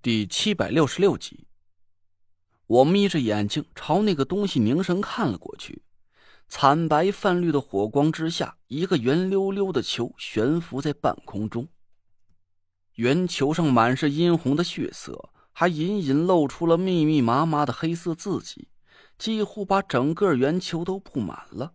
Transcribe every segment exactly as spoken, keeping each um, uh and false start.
第七百六十六集。我眯着眼睛朝那个东西凝神看了过去，惨白泛绿的火光之下，一个圆溜溜的球悬浮在半空中，圆球上满是殷红的血色，还隐隐露出了密密麻麻的黑色字迹，几乎把整个圆球都布满了。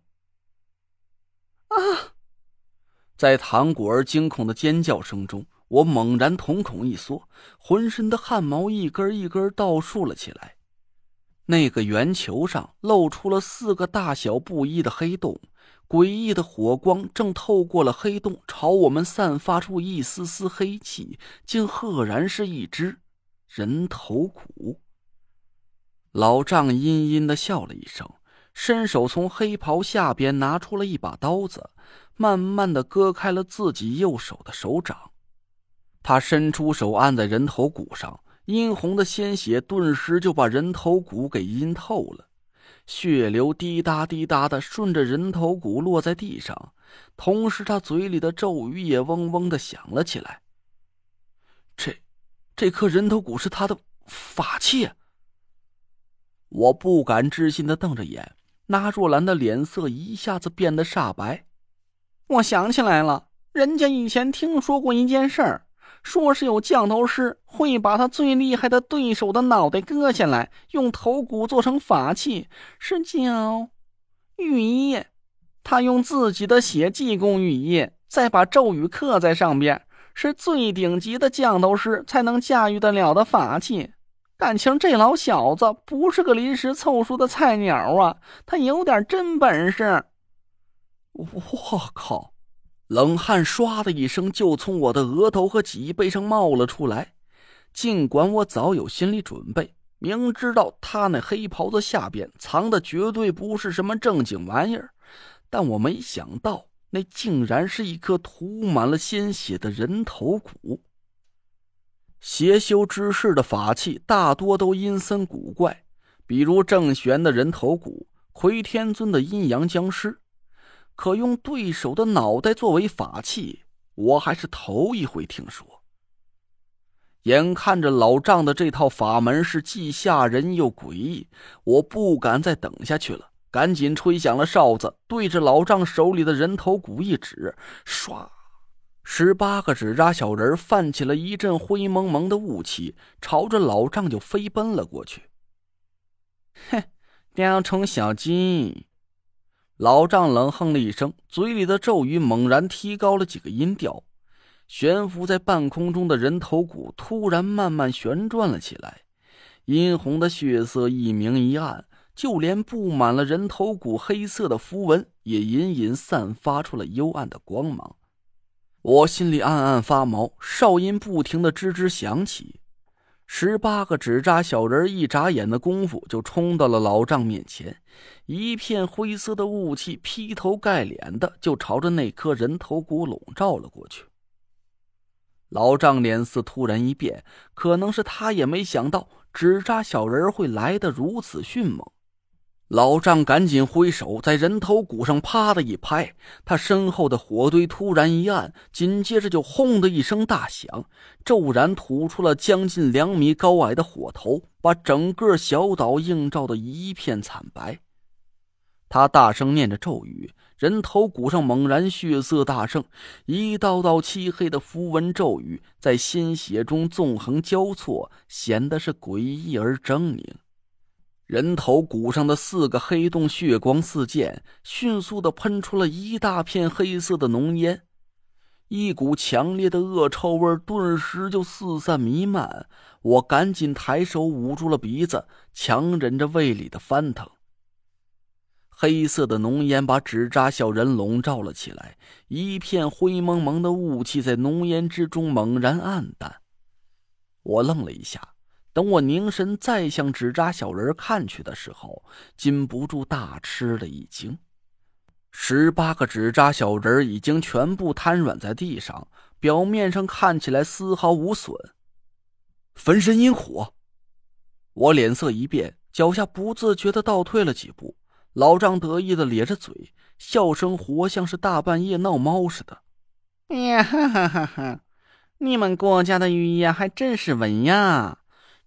啊！在唐果儿惊恐的尖叫声中，我猛然瞳孔一缩，浑身的汗毛一根一根倒竖了起来。那个圆球上露出了四个大小不一的黑洞，诡异的火光正透过了黑洞朝我们散发出一丝丝黑气，竟赫然是一只人头骨。老丈阴阴地笑了一声，伸手从黑袍下边拿出了一把刀子，慢慢地割开了自己右手的手掌。他伸出手按在人头骨上，殷红的鲜血顿时就把人头骨给阴透了，血流滴答滴答的顺着人头骨落在地上，同时他嘴里的咒语也嗡嗡的响了起来。这这颗人头骨是他的法器。我不敢置信的瞪着眼，那若兰的脸色一下子变得煞白。 我想起来了，人家以前听说过一件事儿，说是有降头师会把他最厉害的对手的脑袋割下来，用头骨做成法器，是叫玉液。他用自己的血祭供玉液，再把咒语刻在上边，是最顶级的降头师才能驾驭得了的法器。感情这老小子不是个临时凑数的菜鸟啊，他有点真本事。 我靠！冷汗唰的一声就从我的额头和脊背上冒了出来。尽管我早有心理准备，明知道他那黑袍子下边藏的绝对不是什么正经玩意儿，但我没想到那竟然是一颗涂满了鲜血的人头骨。邪修之士的法器大多都阴森古怪，比如郑玄的人头骨，魁天尊的阴阳僵尸，可用对手的脑袋作为法器，我还是头一回听说。眼看着老丈的这套法门是既吓人又诡异，我不敢再等下去了，赶紧吹响了哨子，对着老丈手里的人头骨一指，唰，十八个纸扎小人泛起了一阵灰蒙蒙的雾气，朝着老丈就飞奔了过去。 哼，雕虫小技！ 老丈冷哼了一声，嘴里的咒语猛然提高了几个音调，悬浮在半空中的人头骨突然慢慢旋转了起来，殷红的血色一明一暗，就连布满了人头骨黑色的符文也隐隐散发出了幽暗的光芒。我心里暗暗发毛，哨音不停地吱吱响起。十八个纸扎小人一眨眼的功夫就冲到了老丈面前，一片灰色的雾气劈头盖脸的就朝着那颗人头骨笼罩了过去。老丈脸色突然一变，可能是他也没想到纸扎小人会来得如此迅猛。老丈赶紧挥手在人头骨上啪的一拍，他身后的火堆突然一暗，紧接着就轰的一声大响，骤然吐出了将近两米高矮的火头，把整个小岛映照的一片惨白。他大声念着咒语，人头骨上猛然血色大盛，一道道漆黑的符文咒语在鲜血中纵横交错，显得是诡异而狰狞。人头骨上的四个黑洞血光四溅，迅速地喷出了一大片黑色的浓烟，一股强烈的恶臭味顿时就四散弥漫。我赶紧抬手捂住了鼻子，强忍着胃里的翻腾。黑色的浓烟把纸扎小人笼罩了起来，一片灰蒙蒙的雾气在浓烟之中猛然暗淡。我愣了一下，等我凝神再向纸扎小人看去的时候，禁不住大吃了一惊。十八个纸扎小人已经全部瘫软在地上，表面上看起来丝毫无损。焚身阴火！我脸色一变，脚下不自觉地倒退了几步。老丈得意地咧着嘴，笑声活像是大半夜闹猫似的。 呀哈哈哈哈！你们国家的语言还真是稳呀！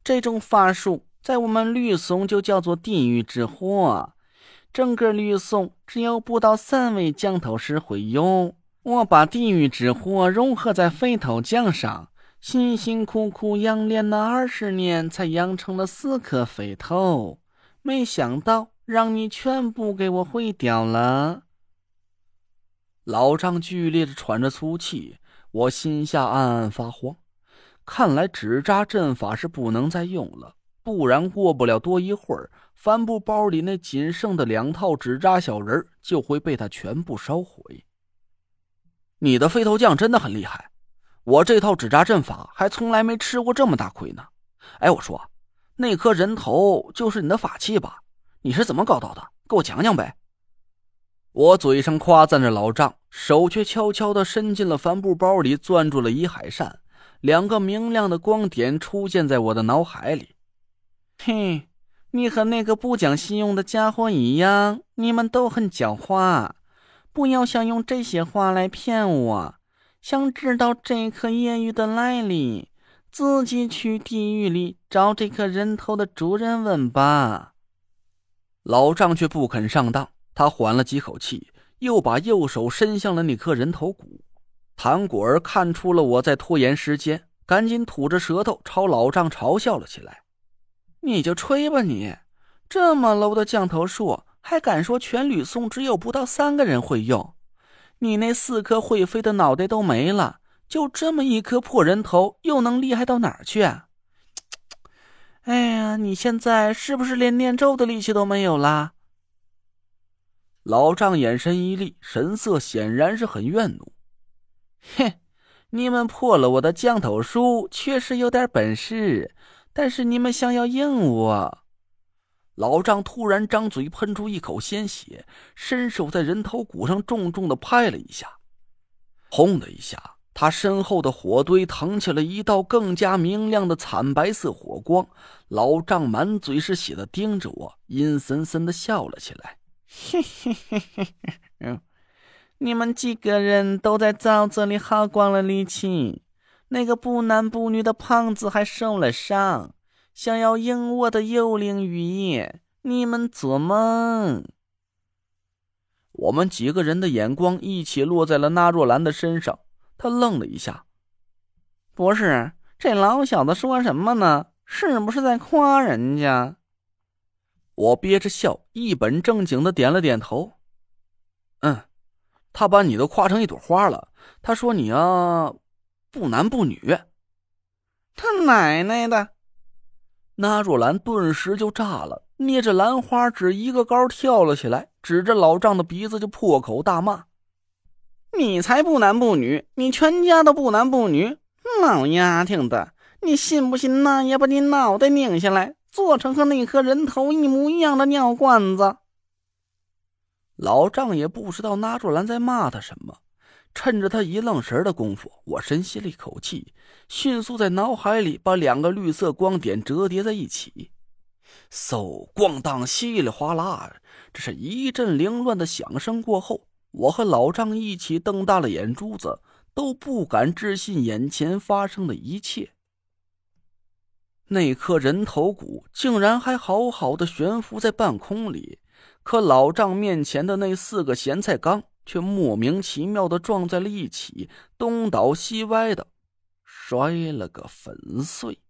这种法术在我们吕宋就叫做地狱之火，整个吕宋只有不到三位降头师会用。我把地狱之火融合在飞头将上，辛辛苦苦养炼了二十年，才养成了四颗飞头，没想到让你全部给我毁掉了。 老张剧烈的喘着粗气，我心下暗暗发慌，看来纸扎阵法是不能再用了，不然过不了多一会儿，帆布包里那仅剩的两套纸扎小人就会被他全部烧毁。你的飞头将真的很厉害，我这套纸扎阵法还从来没吃过这么大亏呢。哎，我说，那颗人头就是你的法器吧？你是怎么搞到的？给我讲讲呗。我嘴上夸赞着老张，手却悄悄地伸进了帆布包里，攥住了一海扇，两个明亮的光点出现在我的脑海里。 嘿，你和那个不讲信用的家伙一样，你们都很狡猾，不要想用这些话来骗我。想知道这颗夜玉的来历，自己去地狱里找这颗人头的主人问吧。 老张却不肯上当，他缓了几口气，又把右手伸向了那颗人头骨。谭果儿看出了我在拖延时间，赶紧吐着舌头朝老张嘲笑了起来。 你就吹吧你，这么 low 的降头术还敢说全吕宋只有不到三个人会用？你那四颗会飞的脑袋都没了，就这么一颗破人头又能厉害到哪儿去啊？哎呀，你现在是不是连念咒的力气都没有啦？ 老张眼神一厉，神色显然是很怨怒。 哼，你们破了我的降头术确实有点本事，但是你们想要赢我。 老张突然张嘴喷出一口鲜血，伸手在人头骨上重重地拍了一下。轰的一下，他身后的火堆腾起了一道更加明亮的惨白色火光。老张满嘴是血的盯着我，阴森森地笑了起来。 嘿嘿嘿嘿嘿，你们几个人都在沼泽里耗光了力气，那个不男不女的胖子还受了伤，想要赢我的幽灵雨夜，你们做梦。 我们几个人的眼光一起落在了纳若兰的身上，他愣了一下。 不是，这老小子说什么呢？是不是在夸人家？ 我憋着笑，一本正经的点了点头。嗯，他把你都夸成一朵花了。他说你啊，不男不女。 他奶奶的！ 纳若兰顿时就炸了，捏着兰花指一个高跳了起来，指着老张的鼻子就破口大骂： 你才不男不女，你全家都不男不女，老丫挺的，你信不信那也把你脑袋拧下来，做成和那颗人头一模一样的尿罐子。 老张也不知道纳若兰在骂他什么，趁着他一愣神的功夫，我深吸了一口气，迅速在脑海里把两个绿色光点折叠在一起。嗖，咣当，稀里哗啦，这是一阵凌乱的响声过后，我和老张一起瞪大了眼珠子，都不敢置信眼前发生的一切。那颗人头骨竟然还好好的悬浮在半空里，可老张面前的那四个咸菜缸却莫名其妙地撞在了一起，东倒西歪的摔了个粉碎。